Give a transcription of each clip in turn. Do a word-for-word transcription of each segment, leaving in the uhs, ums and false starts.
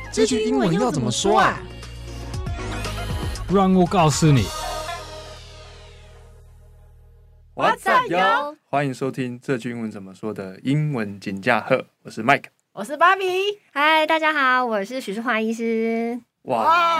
这句英文要怎么说啊？ 让我告诉你。 What's up, yo？ 欢迎收听这句英文怎么说的英文锦驾鹤，我是 Mike， 我是芭比。 嗨，大家好，我是许淑华医师。 哇，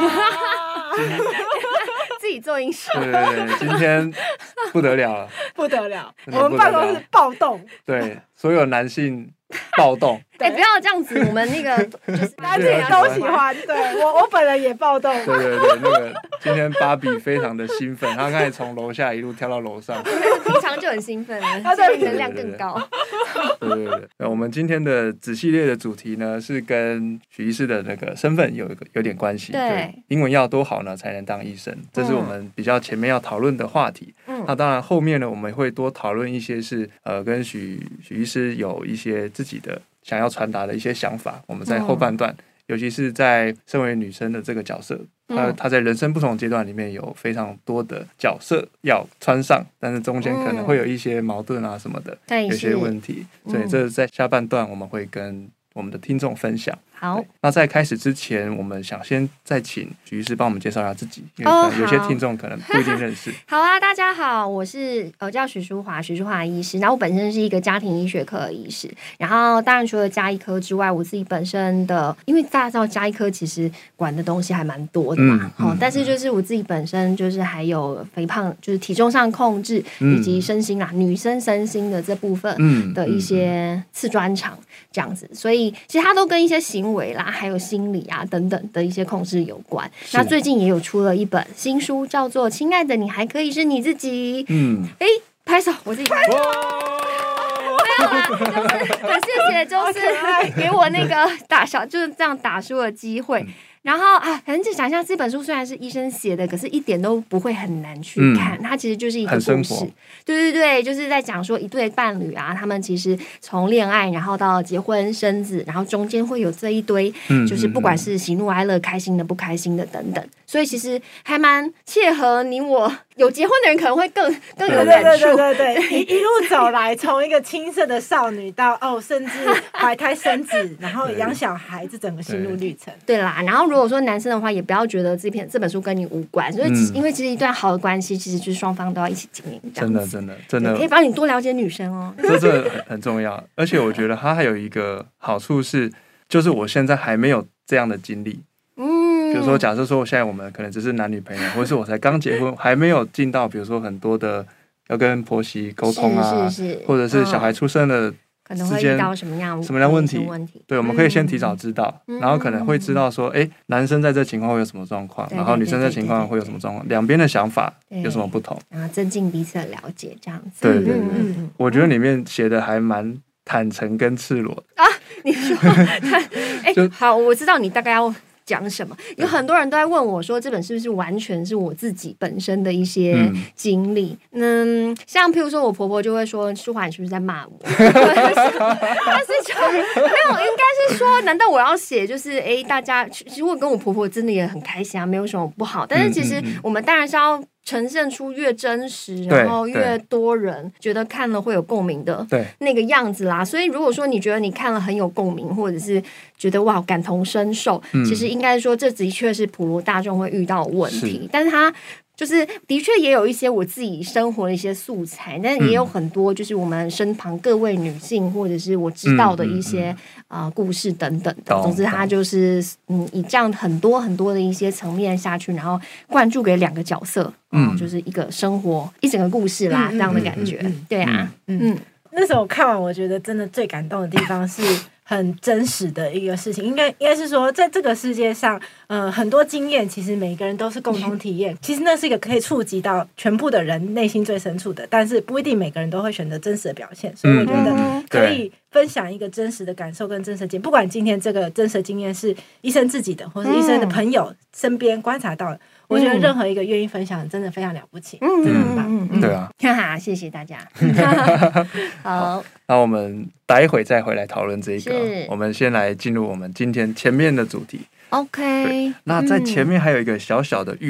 自己做音效。 对对对，今天不得了了， 不得了， 真的不得了我们办公室暴动。 对，所有男性暴动。 哎、欸，不要这样子，我们那个就是大家自己都喜欢。对我，我本人也暴动。 对对对，那个今天芭比非常的兴奋，她刚才从楼下一路跳到楼上。 平常就很兴奋了，他的能量更高。 对对对对，我们今天的子系列的主题呢，是跟许医师的那个身份有一个有点关系。 对， 对，英文要多好呢，才能当医生？这是我们比较前面要讨论的话题。嗯，那当然后面呢，我们会多讨论一些是呃，跟许许医师有一些自己的想要传达的一些想法。我们在后半段，嗯、尤其是在身为女生的这个角色。他他在人生不同阶段里面有非常多的角色要穿上，但是中间可能会有一些矛盾啊什么的，嗯、有些问题，所以这在下半段我们会跟我们的听众分享。 好， 那在开始之前，我们想先再请许医师帮我们介绍一下自己，因为可能有些听众可能不一定认识。 哦、好, 好啊，大家好，我是呃叫许淑华，许淑华医师。然后我本身是一个家庭医学科的医师，然后当然除了家医科之外，我自己本身的，因为大家知道家医科其实管的东西还蛮多的嘛，嗯嗯、但是就是我自己本身就是还有肥胖，就是体重上控制，嗯、以及身心啦，女生身心的这部分的一些次专长这样子，所以其实它都跟一些行为啦，还有心理啊等等的一些控制有关。那最近也有出了一本新书，叫做《亲爱的，你还可以是你自己》。嗯，哎，拍手，我自己拍手。没有啦，就是很谢谢，就是给我那个打小就是这样打书的机会。然后啊，反正就想一下，这本书虽然是医生写的，可是一点都不会很难去看。嗯、它其实就是一个故事，对对对，就是在讲说一对伴侣啊，他们其实从恋爱，然后到结婚生子，然后中间会有这一堆，嗯、就是不管是喜怒哀乐、开心的、不开心的等等，所以其实还蛮切合你我。有结婚的人可能会更更有感触， 对对对对对，一一路走来，从一个青涩的少女到哦，甚至怀胎生子，然后养小孩，这整个心路历程。 对啦，然后如果说男生的话，也不要觉得这篇这本书跟你无关，所以、嗯、因为其实一段好的关系，其实就是双方都要一起经营。 真的真的真的， 可以帮你多了解女生哦， 这这很很重要。而且我觉得它还有一个好处是，就是我现在还没有这样的经历。比如说假设说我现在我们可能只是男女朋友，或者是我才刚结婚，还没有进到比如说很多的要跟婆媳沟通啊， 是是是， 或者是小孩出生了可能会遇到什么样什么样问题， 问题对，我们可以先提早知道，嗯、然后可能会知道说，哎，男生在这情况会有什么状况，然后女生在这情况会有什么状况，两边的想法有什么不同， 然后增进彼此的了解，这样子。 对对对，嗯嗯、我觉得里面写的还蛮坦诚跟赤裸的啊。你说，哎，好，我知道你大概要讲什么？有很多人都在问我说，这本是不是完全是我自己本身的一些经历？嗯，像譬如说，我婆婆就会说：“淑华，你是不是在骂我？”但是就没有，应该是说，难道我要写就是哎，大家其实我跟我婆婆真的也很开心啊，没有什么不好。但是其实我们当然是要呈现出越真实，然后越多人觉得看了会有共鸣的那个样子啦。所以如果说你觉得你看了很有共鸣，或者是觉得哇感同身受，嗯、其实应该说这的确是普罗大众会遇到的问题，但是它。就是的确也有一些我自己生活的一些素材，但也有很多就是我们身旁各位女性或者是我知道的一些啊、嗯嗯呃、故事等等的。总之，它就是嗯以这样很多很多的一些层面下去，然后灌注给两个角色，嗯，就是一个生活一整个故事啦，嗯、这样的感觉。嗯嗯嗯、对啊，嗯， 嗯那时候看完，我觉得真的最感动的地方是。很真实的一个事情，应该应该是说，在这个世界上，呃，很多经验其实每个人都是共同体验。其实那是一个可以触及到全部的人内心最深处的，但是不一定每个人都会选择真实的表现。所以我觉得可以分享一个真实的感受跟真实的经验，不管今天这个真实的经验是医生自己的，或是医生的朋友身边观察到的。我觉得任何一个愿意分享的真的非常了不起，嗯、真的很棒。嗯嗯、对啊， 哈哈，谢谢大家。好， 那我们待会再回来讨论这个。我们先来进入我们今天前面的主题。 OK， 那在前面还有一个小小的预告，嗯、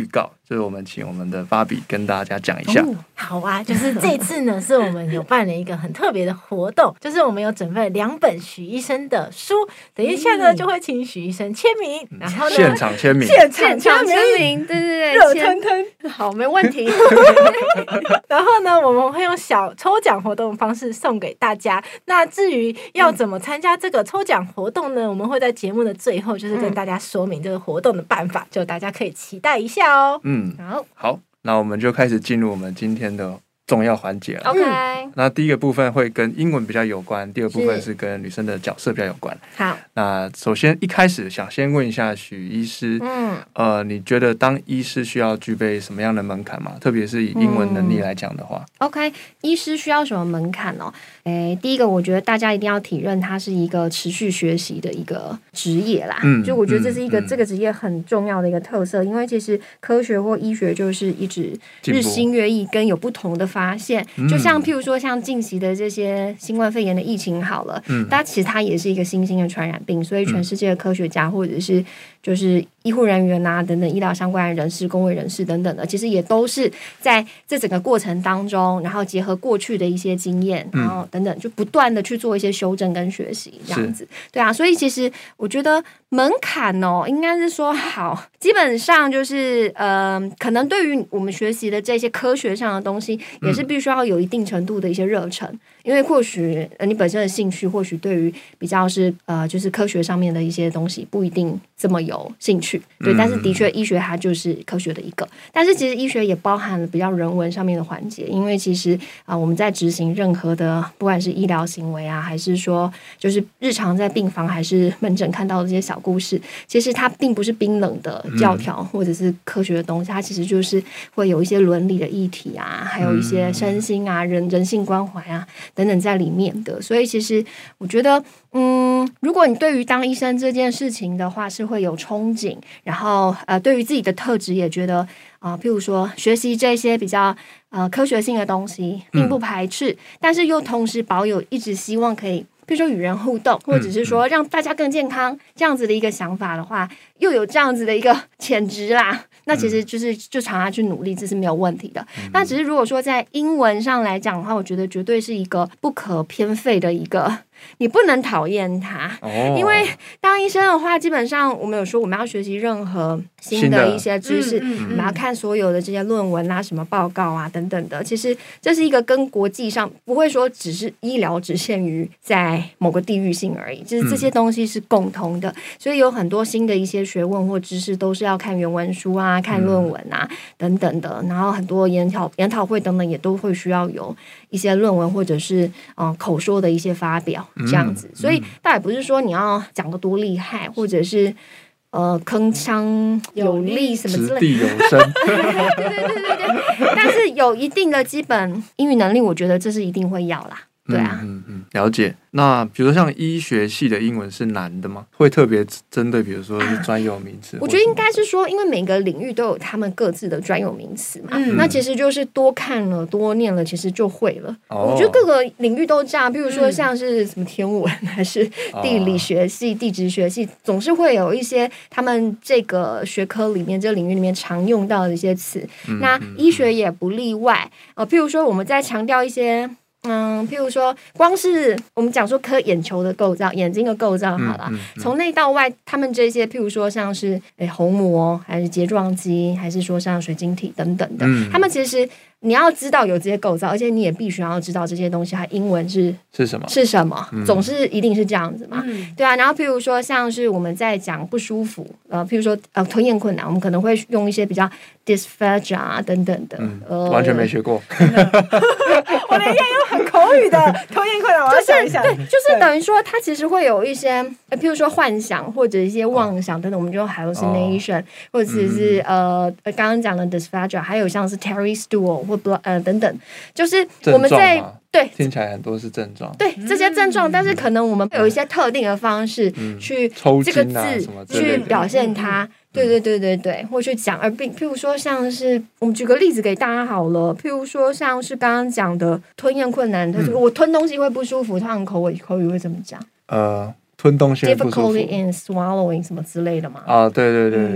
就是我们请我们的芭比跟大家讲一下。 哦、好啊，就是这次呢，是我们有办了一个很特别的活动，就是我们有准备两本许医生的书，等一下呢就会请许医生签名，嗯、然后呢现场签名， 现场签名，对对对， 热腾腾， 好，没问题。 然后呢，我们会用小抽奖活动的方式送给大家。那至于要怎么参加这个抽奖活动呢？我们会在节目的最后就是跟大家说明这个活动的办法，就大家可以期待一下哦。 嗯。 好， 好，那我们就开始进入我们今天的重要环节了。 OK， 那第一个部分会跟英文比较有关，第二部分是跟女生的角色比较有关。 好， 那首先一开始想先问一下许医师，嗯，呃，你觉得当医师需要具备什么样的门槛吗？特别是以英文能力来讲的话。 嗯、OK， 医师需要什么门槛哦？诶，第一个，我觉得大家一定要体认，它是一个持续学习的一个职业啦。嗯，就我觉得这是一个、嗯、这个职业很重要的一个特色，因为其实科学或医学就是一直日新月异，跟有不同的发现。就像譬如说，像近期的这些新冠肺炎的疫情好了，嗯，但其实它也是一个新兴的传染病，所以全世界的科学家或者是就是医护人员啊等等医疗相关的人士、公卫人士等等的，其实也都是在这整个过程当中，然后结合过去的一些经验，然后等等，就不断的去做一些修正跟学习，这样子。对啊，所以其实我觉得门槛哦，应该是说好，基本上就是呃，可能对于我们学习的这些科学上的东西，也是必须要有一定程度的一些热忱，因为或许呃你本身的兴趣，或许对于比较是呃就是科学上面的一些东西不一定这么有兴趣，对，但是的确医学它就是科学的一个，但是其实医学也包含了比较人文上面的环节，因为其实啊、呃、我们在执行任何的不管是医疗行为啊，还是说就是日常在病房还是门诊看到的这些小故事，其实它并不是冰冷的教条或者是科学的东西，它其实就是会有一些伦理的议题啊，还有一些身心啊、人人性关怀啊等等在里面的，所以其实我觉得，嗯，如果你对于当医生这件事情的话是会有憧憬，然后呃，对于自己的特质也觉得啊、呃，譬如说学习这些比较呃科学性的东西，并不排斥，嗯、但是又同时保有一直希望可以。比如说与人互动，或者是说让大家更健康这样子的一个想法的话，又有这样子的一个潜质啦，那其实就是就朝他去努力，这是没有问题的。嗯、那只是如果说在英文上来讲的话，我觉得绝对是一个不可偏废的一个。你不能讨厌他，哦、因为当医生的话，基本上我们有说我们要学习任何新的一些知识，嗯嗯、我们要看所有的这些论文啊、什么报告啊等等的。其实这是一个跟国际上不会说只是医疗只限于在某个地域性而已，就是这些东西是共通的。嗯、所以有很多新的一些学问或知识都是要看原文书啊、看论文啊、嗯、等等的。然后很多研讨研讨会等等也都会需要有一些论文或者是呃口说的一些发表。这样子，所以倒也不是说你要讲得多厉害，或者是呃铿锵有力什么之类的， 掷地有声。 对对对对对对。但是有一定的基本英语能力，我觉得这是一定会要啦。对啊， 嗯嗯，了解。那比如说像医学系的英文是难的吗？会特别针对比如说是专有名词？ 我觉得应该是说，因为每个领域都有他们各自的专有名词嘛。嗯、那其实就是多看了、多念了，其实就会了。哦、我觉得各个领域都这样，比如说像是什么天文还是地理学系、地质学系，总是会有一些他们这个学科里面、这个领域里面常用到的一些词。嗯、那医学也不例外。呃，譬如说我们在强调一些。嗯，譬如说，光是我们讲说颗眼球的构造、眼睛的构造好了，嗯嗯嗯、从内到外，他们这些譬如说像是诶虹膜，还是睫状肌，还是说像水晶体等等的，嗯、他们其实你要知道有这些构造，而且你也必须要知道这些东西它英文是是什么是什么，嗯、总是一定是这样子嘛，嗯、对啊。然后譬如说像是我们在讲不舒服，呃，譬如说呃吞咽困难，我们可能会用一些比较 dysphagia 啊等等的， 嗯呃、完全没学过。 我连要用很口语的吞咽困难，我要想一想， 对，就是等于说它其实会有一些，呃，譬如说幻想或者一些妄想等等，我们就用 hallucination，、哦、或者是、嗯、呃刚刚讲的 dysphagia， 还有像是 Terry Stool 或 blood 呃等等，就是我们在对听起来很多是症状， 对这些症状，嗯、但是可能我们有一些特定的方式去、嗯、这个字去表现它。对对对对对，或去讲，而并譬如说像是我们举个例子给大家好了，譬如说像是刚刚讲的吞咽困难，嗯、我吞东西会不舒服，他们口语口语会怎么讲？ 呃，吞东西会不舒服 ，difficulty in swallowing 什么之类的嘛？ 啊，对对对，嗯、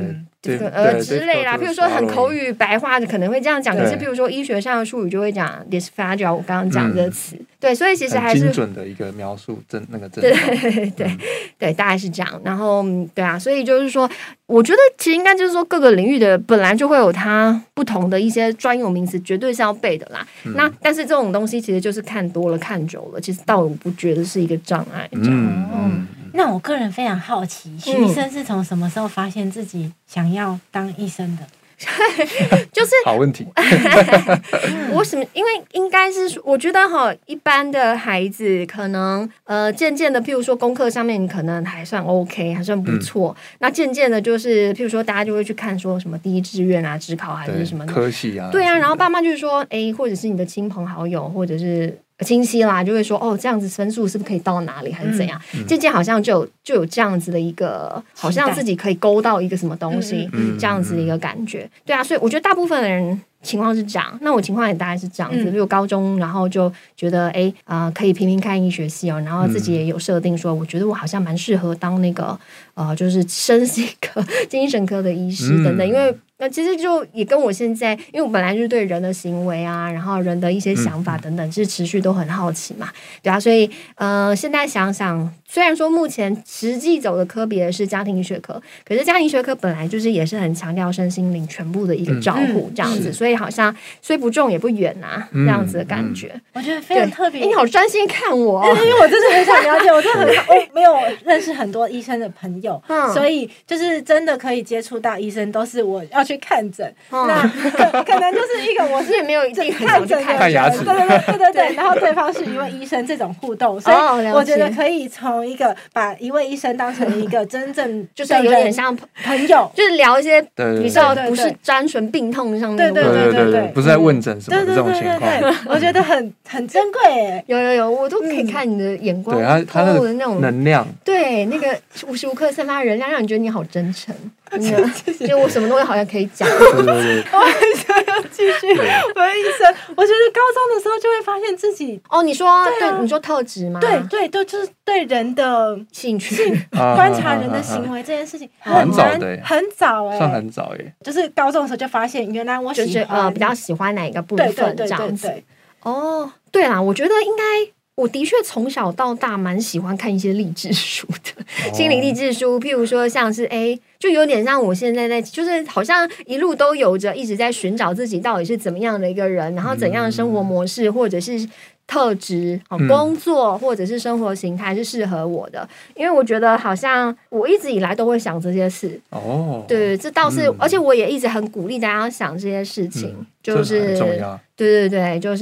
这个呃之类啦，譬如说很口语白话的可能会这样讲，可是譬如说医学上的术语就会讲 dysphagia， 我刚刚讲的词、嗯，对，所以其实还是精准的一个描述症那个症状，对对对、嗯、对，大概是这样。然后对啊，所以就是说，我觉得其实应该就是说各个领域的本来就会有它不同的一些专有名词，绝对是要背的啦。嗯、那但是这种东西其实就是看多了看久了，其实倒我不觉得是一个障碍。这样嗯嗯。那我个人非常好奇，许医生是从什么时候发现自己想要当医生的？ 就是好问题。 我什么？因为应该是我觉得哈，一般的孩子可能呃，渐渐的，譬如说功课上面可能还算 OK， 还算不错。嗯、那渐渐的，就是譬如说大家就会去看说什么第一志愿啊、指考还是什么科系啊， 对啊。然后爸妈就是说，哎，或者是你的亲朋好友，或者是亲戚啦，就会说哦，这样子分数是不是可以到哪里，还是怎样？嗯、渐渐好像就有就有这样子的一个，好像自己可以勾到一个什么东西，嗯、这样子的一个感觉。对啊，所以我觉得大部分的人情况是这样，那我情况也大概是这样子。比如高中，然后就觉得哎啊、呃，可以拼拼看医学系哦，然后自己也有设定说，我觉得我好像蛮适合当那个呃，就是身心科、精神科的医师等等，嗯、因为。那其实就也跟我现在，因为我本来就是对人的行为啊，然后人的一些想法等等，是持续都很好奇嘛，对啊，所以呃，现在想想，虽然说目前实际走的科别是家庭医学科，可是家庭医学科本来就是也是很强调身心灵全部的一个照顾这样子，嗯、所以好像虽不重也不远啊，嗯、这样子的感觉，嗯、 我觉得非常特别。 你好专心看我， 因为我真的很想了解，我真的很我没有认识很多医生的朋友，嗯、所以就是真的可以接触到医生，都是我要去看诊，嗯、那可可能就是一个我是也没有一定看诊看牙齿， 对对对对对对，然后对方是一位医生，这种互动，所以我觉得可以从一个把一位医生当成一个真正就是有点像朋友， 就是聊一些比较不是单纯病痛上面的， 对对对对，不是在问诊什么的这种情况， 我觉得很很珍贵诶。 有有有，我都可以看你的眼光， 对他他的那种能量， 对那个无时无刻散发的能量，让你觉得你好真诚。就我什么东西好像可以讲， 对对对， 我很想要继续问医生。我觉得高中的时候就会发现自己哦，你说对、啊，你说特质吗？ 对对对，就是对人的兴趣、 观察人的行为这件事情很早的， 很早哎， 算很早哎， 就是高中的时候就发现，原来我喜欢就是呃比较喜欢哪一个部分这样子。哦，对啦，我觉得应该。我的确从小到大蛮喜欢看一些励志书的，哦、心理励志书，譬如说像是哎，就有点像我现在在，就是好像一路都有着一直在寻找自己到底是怎么样的一个人，然后怎样的生活模式，或者是特质、工作或者是生活形态是适合我的。因为我觉得好像我一直以来都会想这些事。哦，对，这倒是，嗯、而且我也一直很鼓励大家想这些事情，嗯、就是很重要。 对对对，就是。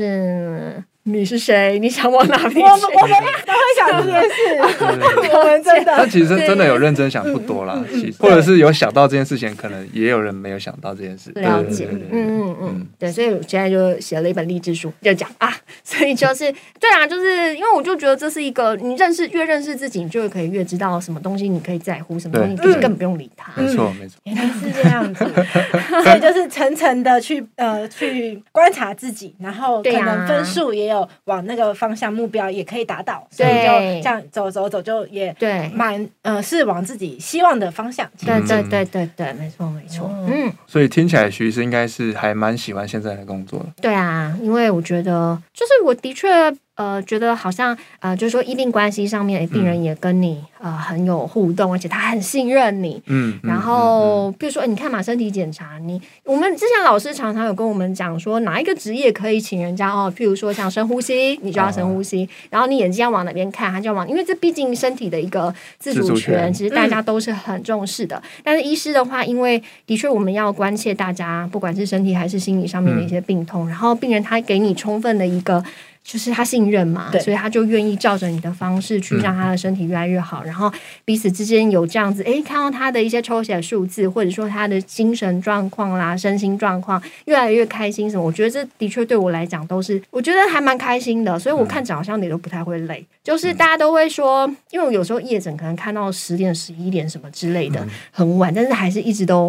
你是谁？你想往哪边去？ 我们我们都会想这件事，我们真的。 他其实真的有认真想不多啦，其实或者是有想到这件事情，可能也有人没有想到这件事。 了解，嗯嗯嗯，对，所以我现在就写了一本励志书，就讲啊，所以就是对啊，就是因为我就觉得这是一个你认识越认识自己，你就可以越知道什么东西你可以在乎，什么东西你根本不用理它。 没错没错， 原来是这样子，所以就是层层的去呃去观察自己，然后可能分数也。往那个方向目标也可以达到，所以就这样走走走，就也对蛮呃是往自己希望的方向。 对对对对对，没错没错。嗯， 所以听起来徐医师应该是还蛮喜欢现在的工作的。 对啊，因为我觉得就是我的确。呃，觉得好像呃，就是说医病关系上面，病人也跟你、嗯、呃很有互动，而且他很信任你。嗯，然后、嗯、比如说，你看嘛，身体检查，你我们之前老师常常有跟我们讲说，哪一个职业可以请人家哦？譬如说像深呼吸，你就要深呼吸，哦、然后你眼睛要往哪边看，他就要往，因为这毕竟身体的一个自主权， 自主权其实大家都是很重视的。嗯、但是医师的话，因为的确我们要关切大家，不管是身体还是心理上面的一些病痛，嗯、然后病人他给你充分的一个。就是他信任嘛，所以他就愿意照着你的方式去让他的身体越来越好，嗯、然后彼此之间有这样子，哎，看到他的一些抽血数字，或者说他的精神状况啦、身心状况越来越开心什么，我觉得这的确对我来讲都是，我觉得还蛮开心的。所以我看诊好像也都不太会累，就是大家都会说，因为我有时候夜诊可能看到十点、十一点什么之类的，很晚，但是还是一直都。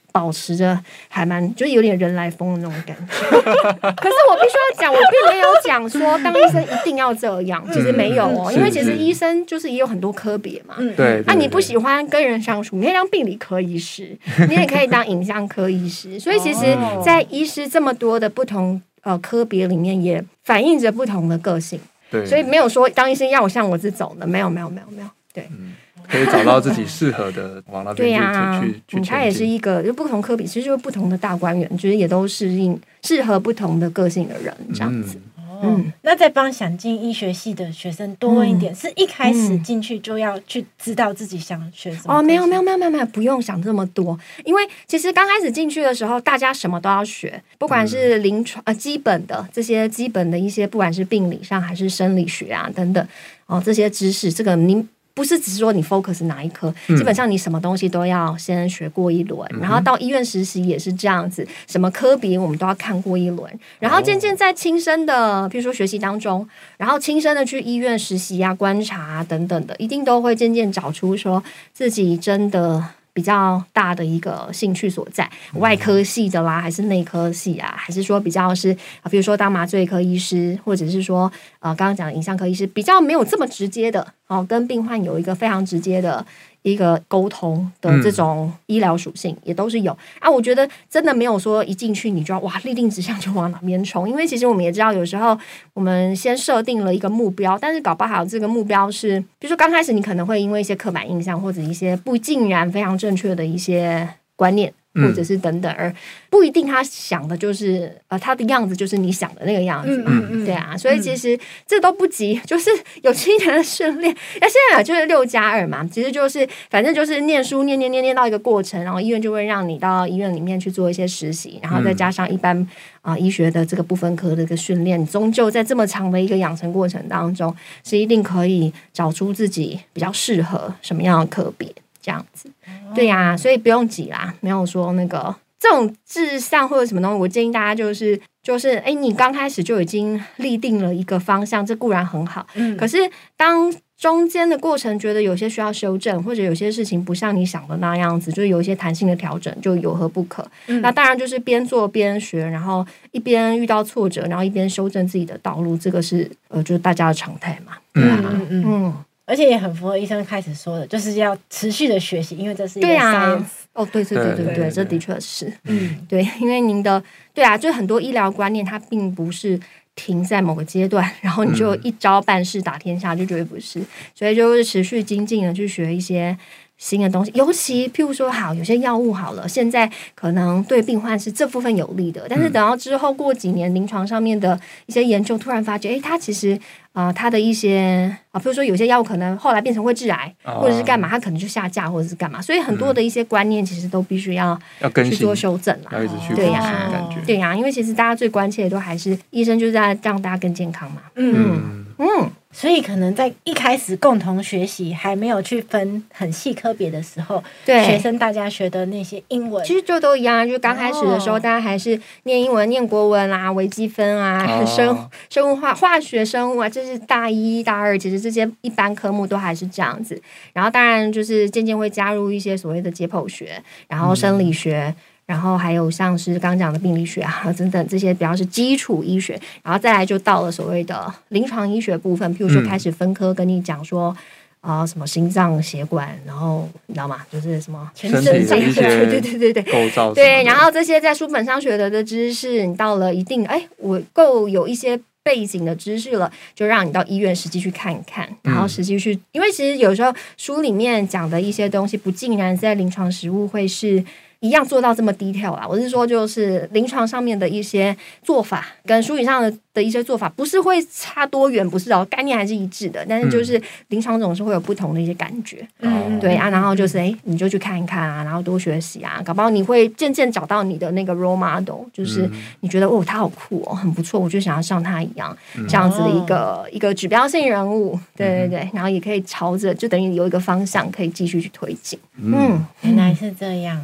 保持着还蛮就是有点人来疯的那种感觉。可是我必须要讲，我并没有讲说当医生一定要这样，其实没有哦， 嗯、 因为其实医生就是也有很多科别嘛。 嗯，对。 那、啊、你不喜欢跟人相处，你可以当病理科医师，你也可以当影像科医师。所以其实，在医师这么多的不同呃科别里面，也反映着不同的个性。 对， 所以没有说当医生要我像我是走的，没有没有没有没有，对。 嗯，可以找到自己适合的往那边去、啊、去去。 它也是一个就不同科比，其实就是不同的大观园，就是也都适应适合不同的个性的人这样子。 嗯，嗯那再帮想进医学系的学生多问一点，嗯、是一开始进去就要去知道自己想学什么？ 哦，没有没有没有没有没有，不用想这么多，因为其实刚开始进去的时候，大家什么都要学，不管是临床呃基本的这些基本的一些，不管是病理上还是生理学啊等等哦这些知识，这个你。不是只是说你 focus 哪一科，基本上你什么东西都要先学过一轮，嗯、然后到医院实习也是这样子，什么科别我们都要看过一轮，然后渐渐在亲身的，比如说学习当中，然后亲身的去医院实习啊、观察啊等等的，一定都会渐渐找出说自己真的比较大的一个兴趣所在，外科系的啦，还是内科系啊，还是说比较是啊，比如说当麻醉科医师，或者是说呃刚刚讲的影像科医师，比较没有这么直接的哦，跟病患有一个非常直接的一个沟通的这种医疗属性，也都是有啊。我觉得真的没有说一进去你就要哇立定志向就往哪边冲，因为其实我们也知道，有时候我们先设定了一个目标，但是搞不好这个目标是，比如说刚开始你可能会因为一些刻板印象或者一些不尽然非常正确的一些观念。或者是等等，而不一定他想的就是呃他的样子就是你想的那个样子嘛，嗯嗯嗯对啊，所以其实这都不急，就是有七年的训练，那现在就是六加二嘛，其实就是反正就是念书念念念念到一个过程，然后医院就会让你到医院里面去做一些实习，然后再加上一般啊、呃、医学的这个不分科的一个训练，终究在这么长的一个养成过程当中，是一定可以找出自己比较适合什么样的科别。这样子，对呀、啊，所以不用急啦，没有说那个这种志向或者什么东西，我建议大家就是就是，哎，你刚开始就已经立定了一个方向，这固然很好，嗯，可是当中间的过程觉得有些需要修正，或者有些事情不像你想的那样子，就有一些弹性的调整，就有何不可？嗯、那当然就是边做边学，然后一边遇到挫折，然后一边修正自己的道路，这个是呃，就是大家的常态嘛，对啊，嗯嗯。嗯而且也很符合医生开始说的，就是要持续的学习，因为这是一个 science。 啊、哦，对对对对 对, 对, 对，这的确是，嗯，对，因为您的对啊，就很多医疗观念，它并不是停在某个阶段，然后你就一招半式打天下，就绝对不是，所以就是持续精进的去学一些新的东西，尤其譬如说，好有些药物好了，现在可能对病患是这部分有利的，但是等到之后过几年临床上面的一些研究，突然发觉，哎，它其实啊、呃，它的一些啊，比如说有些药物可能后来变成会致癌，哦、或者是干嘛，它可能就下架或者是干嘛，所以很多的一些观念其实都必须要要去做修正啦， 要一直去对呀、 啊， 对呀、啊，因为其实大家最关切的都还是医生就是在让大家更健康嘛，嗯嗯。嗯所以可能在一开始共同学习还没有去分很细科别的时候，对学生大家学的那些英文， 其实就都一样，就刚开始的时候，哦、大家还是念英文、念国文啊、微积分啊、哦、生生物化、化学生物啊，这是大一、大二，其实这些一般科目都还是这样子。然后当然就是渐渐会加入一些所谓的解剖学，然后生理学。嗯然后还有像是刚讲的病理学啊等等这些比较是基础医学，然后再来就到了所谓的临床医学部分，譬如说开始分科跟你讲说啊、呃、什么心脏血管，然后你知道吗？就是什么全身上下对对对对构造对，然后这些在书本上学的的知识，你到了一定哎我够有一些背景的知识了，就让你到医院实际去看一看，然后实际去，嗯、因为其实有时候书里面讲的一些东西，不尽然在临床实务会是一样做到这么 detail 啦，我是说就是临床上面的一些做法跟书里上的的一些做法不是会差多远，不是哦，概念还是一致的，但是就是临床总是会有不同的一些感觉，嗯，对啊，然后就是哎，你就去看一看啊，然后多学习啊，搞不好你会渐渐找到你的那个 role model， 就是你觉得哦他好酷哦，很不错，我就想要像他一样这样子的一个、嗯、一个指标性人物，对对对，然后也可以朝着就等于有一个方向可以继续去推进， 嗯，原来是这样。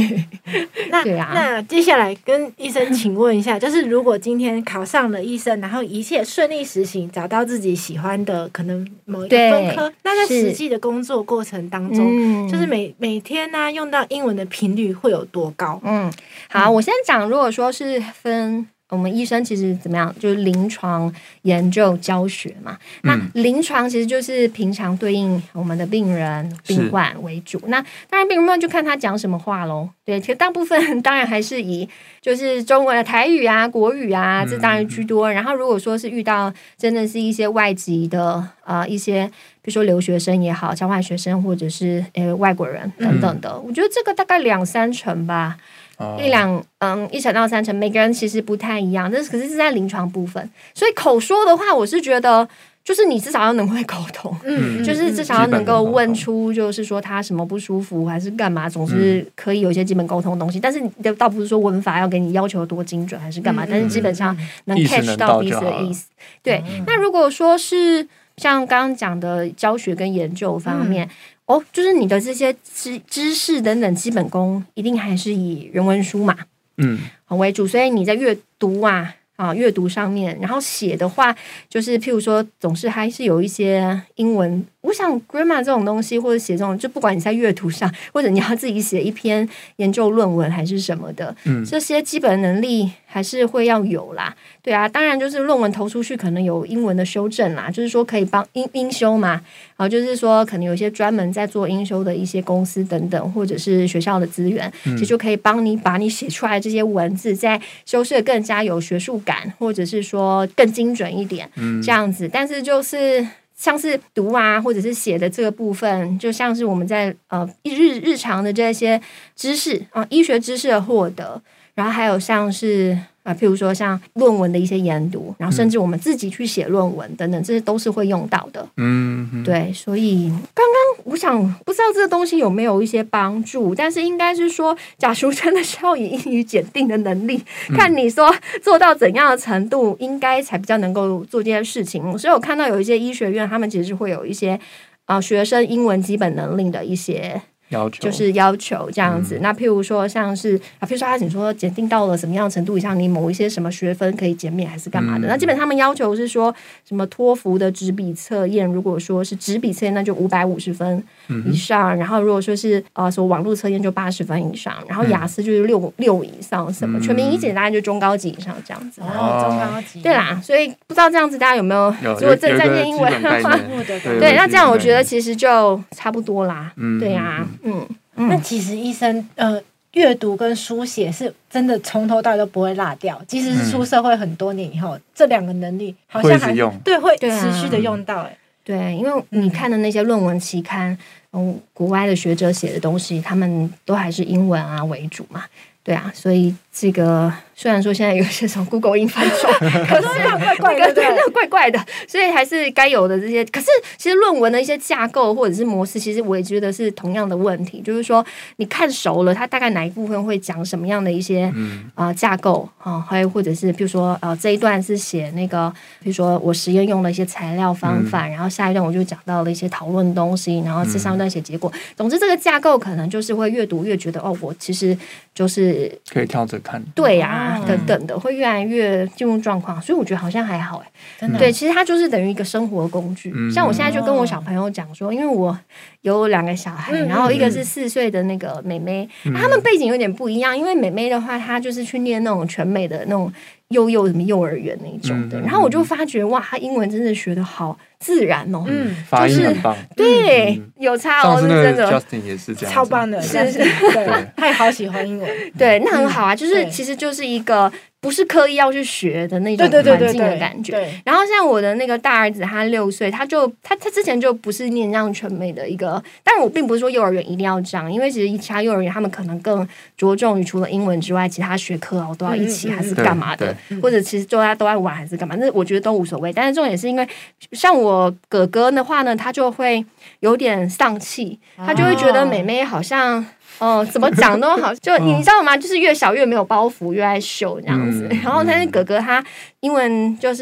那对啊， 那接下来跟医生请问一下，就是如果今天考上了医生，然后一切顺利实行，找到自己喜欢的可能某一个分科，那在实际的工作过程当中，嗯、就是每每天呢、啊、用到英文的频率会有多高？ 嗯，好，我先讲，如果说是分。我们医生其实怎么样？就是临床研究教学嘛。那临床其实就是平常对应我们的病人、病患为主。那当然，病患就看他讲什么话咯。对，其实大部分当然还是以就是中文的台语啊、国语啊，这当然居多。然后如果说是遇到真的是一些外籍的呃一些，比如说留学生也好、交换学生或者是呃外国人等等的，嗯、我觉得这个大概两三成吧。一两嗯一成到三成，每个人其实不太一样，但是可是是在临床部分，所以口说的话，我是觉得就是你至少要能会沟通，嗯，就是至少要能够问出，就是说他什么不舒服还是干嘛，总是可以有一些基本沟通的东西。但是你倒不是说文法要给你要求多精准还是干嘛，嗯、但是基本上能 catch 到彼此的意思。对，嗯、那如果说是像刚刚讲的教学跟研究方面。嗯哦，就是你的这些知知识等等基本功，一定还是以原文书嘛，嗯，为主。所以你在阅读啊啊阅读上面，然后写的话，就是譬如说，总是还是有一些英文。我想 grammar 这种东西，或者写这种，就不管你在阅读上，或者你要自己写一篇研究论文还是什么的，嗯，这些基本能力还是会要有啦。对啊，当然就是论文投出去可能有英文的修正啦，就是说可以帮英英修嘛，然后就是说可能有一些专门在做英修的一些公司等等，或者是学校的资源，嗯、其实就可以帮你把你写出来的这些文字再修饰更加有学术感，或者是说更精准一点，嗯，这样子。但是就是像是读啊，或者是写的这个部分，就像是我们在呃日日常的这些知识啊、呃，医学知识的获得，然后还有像是啊、呃，譬如说像论文的一些研读，然后甚至我们自己去写论文等等，这些都是会用到的。嗯，对，所以刚刚我想不知道这个东西有没有一些帮助，但是应该是说，假如真的是要以英语检定的能力，嗯、看你说做到怎样的程度，应该才比较能够做这件事情。所以我看到有一些医学院，他们其实会有一些啊、呃、学生英文基本能力的一些。 要求就是要求这样子，嗯、那譬如说像是啊，譬如说他你说检定到了什么样的程度以上，你某一些什么学分可以减免还是干嘛的？嗯、那基本上他们要求是说什么托福的纸笔测验，如果说是纸笔测验，那就五百五十分以上，嗯、然后如果说是呃什么网络测验就八十分以上，然后雅思就是六六以上，什么、嗯、全民医检大概就中高级以上这样子。 哦，中高级。 对啦，所以不知道这样子大家有没有如果正在念英文的话，对，那这样我觉得其实就差不多啦。嗯、对呀、啊。嗯， 那其实医生呃，阅读跟书写是真的从头到尾都不会落掉，即使是出社会很多年以后，嗯、这两个能力好像还对会持续的用到、欸。哎， 对，因为你看的那些论文期刊，嗯，国外的学者写的东西，他们都还是英文啊为主嘛。对啊，所以这个虽然说现在有些从 Google 音翻出来，可是那怪怪的，对，那怪怪的，所以还是该有的这些。可是其实论文的一些架构或者是模式，其实我也觉得是同样的问题，就是说你看熟了，它大概哪一部分会讲什么样的一些、嗯呃、架构啊，还有或者是比如说呃这一段是写那个，比如说我实验用了一些材料方法，嗯、然后下一段我就讲到了一些讨论东西，然后这上一段写结果。嗯、总之这个架构可能就是会越读越觉得哦，我其实就是可以跳着看， 对呀、啊，等等的，会越来越进入状况，所以我觉得好像还好哎、欸，真的，对，其实它就是等于一个生活工具。嗯、像我现在就跟我小朋友讲说，因为我有两个小孩，嗯、然后一个是四岁的那个妹妹，嗯、他们背景有点不一样，因为妹妹的话，她就是去念那种全美的那种幼幼什么幼儿园那种的，嗯、然后我就发觉哇，她英文真的学得好自然哦， 嗯，发音很棒， 对，嗯、有差哦，是真的 ，Justin 也是这样， 超棒的，是是，对，他也好喜欢英文， 对，那很好啊，就是其实就是一个。不是刻意要去学的那种环境的感觉。然后像我的那个大儿子，他六岁，他就他他之前就不是念这样全美的一个，但我并不是说幼儿园一定要这样，因为其实其他幼儿园他们可能更着重于除了英文之外，其他学科哦都要一起还是干嘛的，或者其实大家都在玩还是干嘛，那我觉得都无所谓。但是重点是因为像我哥哥的话呢，他就会有点丧气，他就会觉得妹妹好像。哦，怎么讲都好，就你知道吗？就是越小越没有包袱，越爱秀这样子。嗯、然后，但是哥哥他英文就是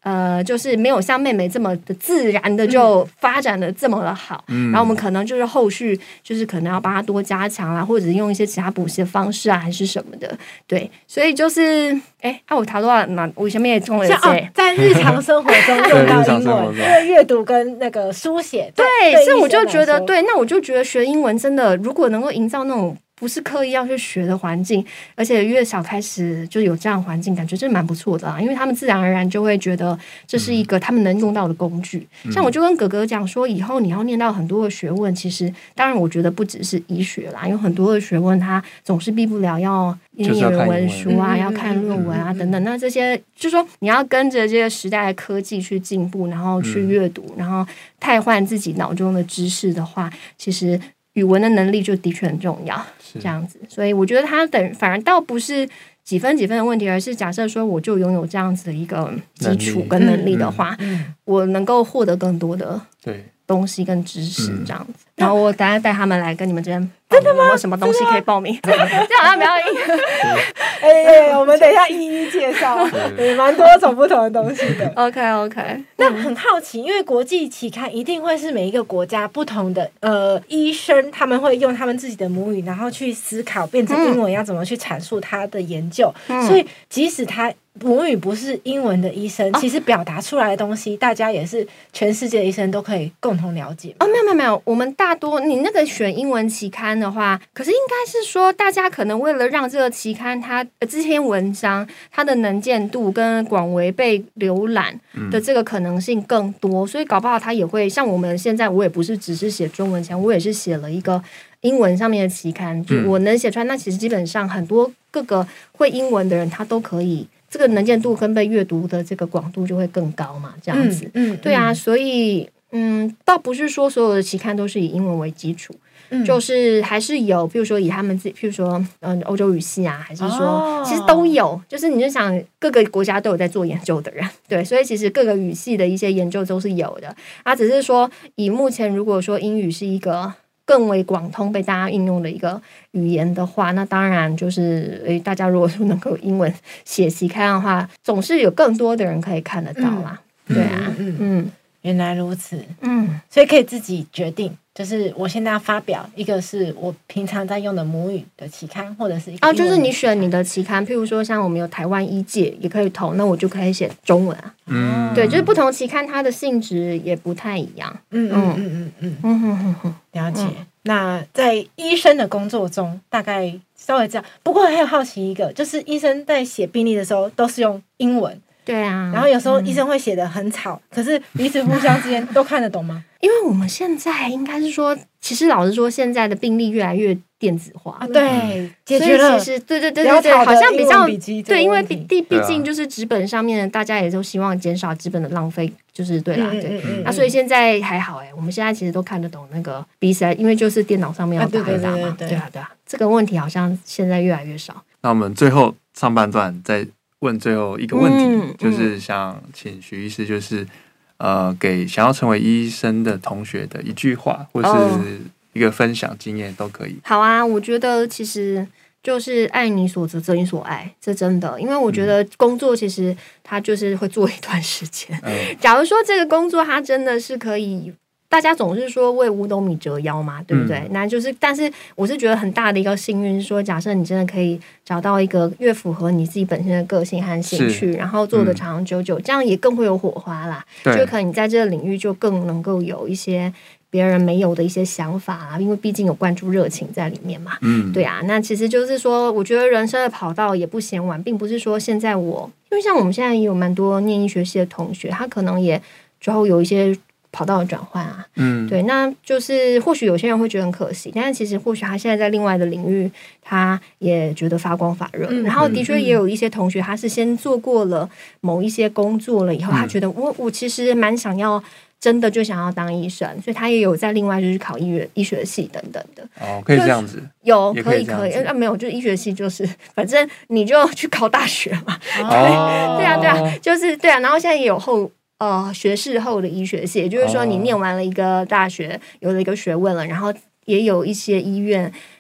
呃，就是没有像妹妹这么的自然的就发展的这么的好，嗯、然后我们可能就是后续就是可能要帮他多加强啦，或者是用一些其他补习的方式啊，还是什么的，对，所以就是哎，啊，我查到哪？我前面也中了哦，在日常生活中用到英文，因为阅读跟那个书写， 对，所以我就觉得，对，那我就觉得学英文真的，如果能够营造那种不是刻意要去学的环境，而且越小开始就有这样的环境，感觉真的蛮不错的啊。因为他们自然而然就会觉得这是一个他们能用到的工具。嗯、像我就跟哥哥讲说，以后你要念到很多的学问，其实当然我觉得不只是医学啦，有很多的学问它总是避不了要念人文书啊，要看论文啊等等。那这些就是说你要跟着这个时代的科技去进步，然后去阅读，然后汰换自己脑中的知识的话，其实语文的能力就的确很重要，这样子。所以我觉得它等反而倒不是几分几分的问题，而是假设说我就拥有这样子的一个基础跟能力的话，嗯嗯、我能够获得更多的东西跟知识，这样子。嗯、然后我等下带他们来跟你们这边。真的吗？有没有什么东西可以报名？这样好像比较硬。 哎、欸，我们等一下一一介绍，有蛮多种不同的东西的。 OK OK， 那很好奇，因为国际期刊一定会是每一个国家不同的呃医生，他们会用他们自己的母语，然后去思考变成英文要怎么去阐述他的研究。嗯、所以即使他母语不是英文的医生，哦、其实表达出来的东西，大家也是全世界的医生都可以共同了解。 哦，没有没有没有，我们大多你那个选英文期刊的话，可是应该是说，大家可能为了让这个期刊它呃这篇文章它的能见度跟广为被浏览的这个可能性更多，嗯、所以搞不好它也会像我们现在，我也不是只是写中文期刊，我也是写了一个英文上面的期刊，就我能写出来，那其实基本上很多各个会英文的人，他都可以。这个能见度跟被阅读的这个广度就会更高嘛，这样子，嗯，嗯对啊，所以嗯，倒不是说所有的期刊都是以英文为基础，嗯、就是还是有，譬如说以他们自己，譬如说嗯欧洲语系啊，还是说、哦、其实都有，就是你就想各个国家都有在做研究的人，对，所以其实各个语系的一些研究都是有的，啊，只是说以目前如果说英语是一个。更为广通被大家应用的一个语言的话，那当然就是诶，大家如果说能够英文写期刊的话，总是有更多的人可以看得到啦。嗯、对啊， 嗯嗯，原来如此，嗯，所以可以自己决定，就是我现在要发表一个是我平常在用的母语的期刊，或者是一个哦，就是你选你的期刊，譬如说像我们有台湾医界也可以投，那我就可以写中文啊。嗯，对，就是不同期刊它的性质也不太一样。 嗯嗯嗯嗯嗯嗯嗯嗯，了解。嗯、那在医生的工作中，大概稍微这样。不过还有好奇一个，就是医生在写病历的时候都是用英文。 对啊， 然后有时候医生会写得很草，嗯、可是彼此互相之间都看得懂吗？ 因为我们现在应该是说，其实老实说，现在的病历越来越电子化， 啊、对，解决了。 其实对对对对对，好像比较对，因为毕毕毕竟就是纸本上面，大家也都希望减少纸本的浪费，就是对啦，嗯、对。嗯、那所以现在还好哎，我们现在其实都看得懂那个比赛，因为就是电脑上面要打一打嘛，对啊对啊。这个问题好像现在越来越少。 那我们最后上半段再问最后一个问题，嗯、就是想请许医师，就是呃，给想要成为医生的同学的一句话，或是一个分享经验都可以。 好啊，我觉得其实就是爱你所择，择你所爱，这真的，因为我觉得工作其实它就是会做一段时间。嗯、假如说这个工作它真的是可以。大家总是说为五斗米折腰嘛，对不对？嗯、那就是，但是我是觉得很大的一个幸运，说假设你真的可以找到一个越符合你自己本身的个性和兴趣，然后做的长长久久，嗯、这样也更会有火花啦。就可能你在这个领域就更能够有一些别人没有的一些想法啦，因为毕竟有灌注热情在里面嘛。嗯，对啊。那其实就是说，我觉得人生的跑道也不嫌晚，并不是说现在我，因为像我们现在也有蛮多念医学系的同学，他可能也之后有一些。跑道的转换啊，嗯，对，那就是或许有些人会觉得很可惜，但是其实或许他现在在另外的领域，他也觉得发光发热。嗯、然后的确也有一些同学，他是先做过了某一些工作了以后，嗯、他觉得我我其实蛮想要，真的就想要当医生，所以他也有在另外就是考医学医学系等等的。 哦，可以这样子， 有可以可以，啊没有，就医学系就是反正你就去考大学嘛。 哦， 对啊对啊，就是对啊，然后现在也有后。呃，学士后的医学系，也就是说，你念完了一个大学，有了一个学问了，然后也有一些医院，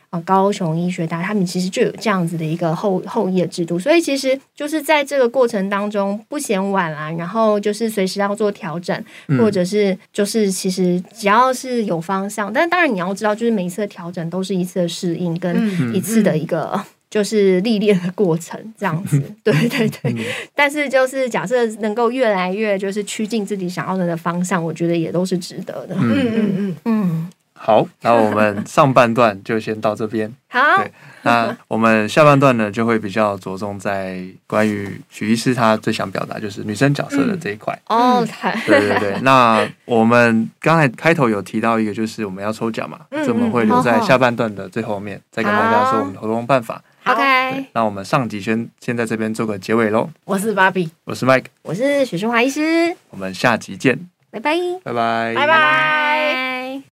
呃高雄医学大，他们其实就有这样子的一个后后业制度，所以其实就是在这个过程当中不嫌晚啦，然后就是随时要做调整， 嗯、 或者是就是其实只要是有方向，但当然你要知道，就是每一次的调整都是一次的适应跟一次的一个。嗯嗯就是历练的过程，这样子，对对对。嗯、但是就是假设能够越来越就是趋近自己想要的方向，我觉得也都是值得的。 嗯嗯嗯嗯。 好，那我们上半段就先到这边。 好， 对，那我们下半段呢，就会比较着重在关于许医师他最想表达就是女生角色的这一块。 哦、嗯， 对对对。那我们刚才开头有提到一个，就是我们要抽奖嘛，嗯、这我们会留在下半段的最后面，再跟大家说我们的活动办法。 OK， 那我们上集先先在这边做个结尾咯。 我是芭比， 我是 Mike， 我是许淑华医师， 我们下集见， 拜拜， 拜拜， 拜拜。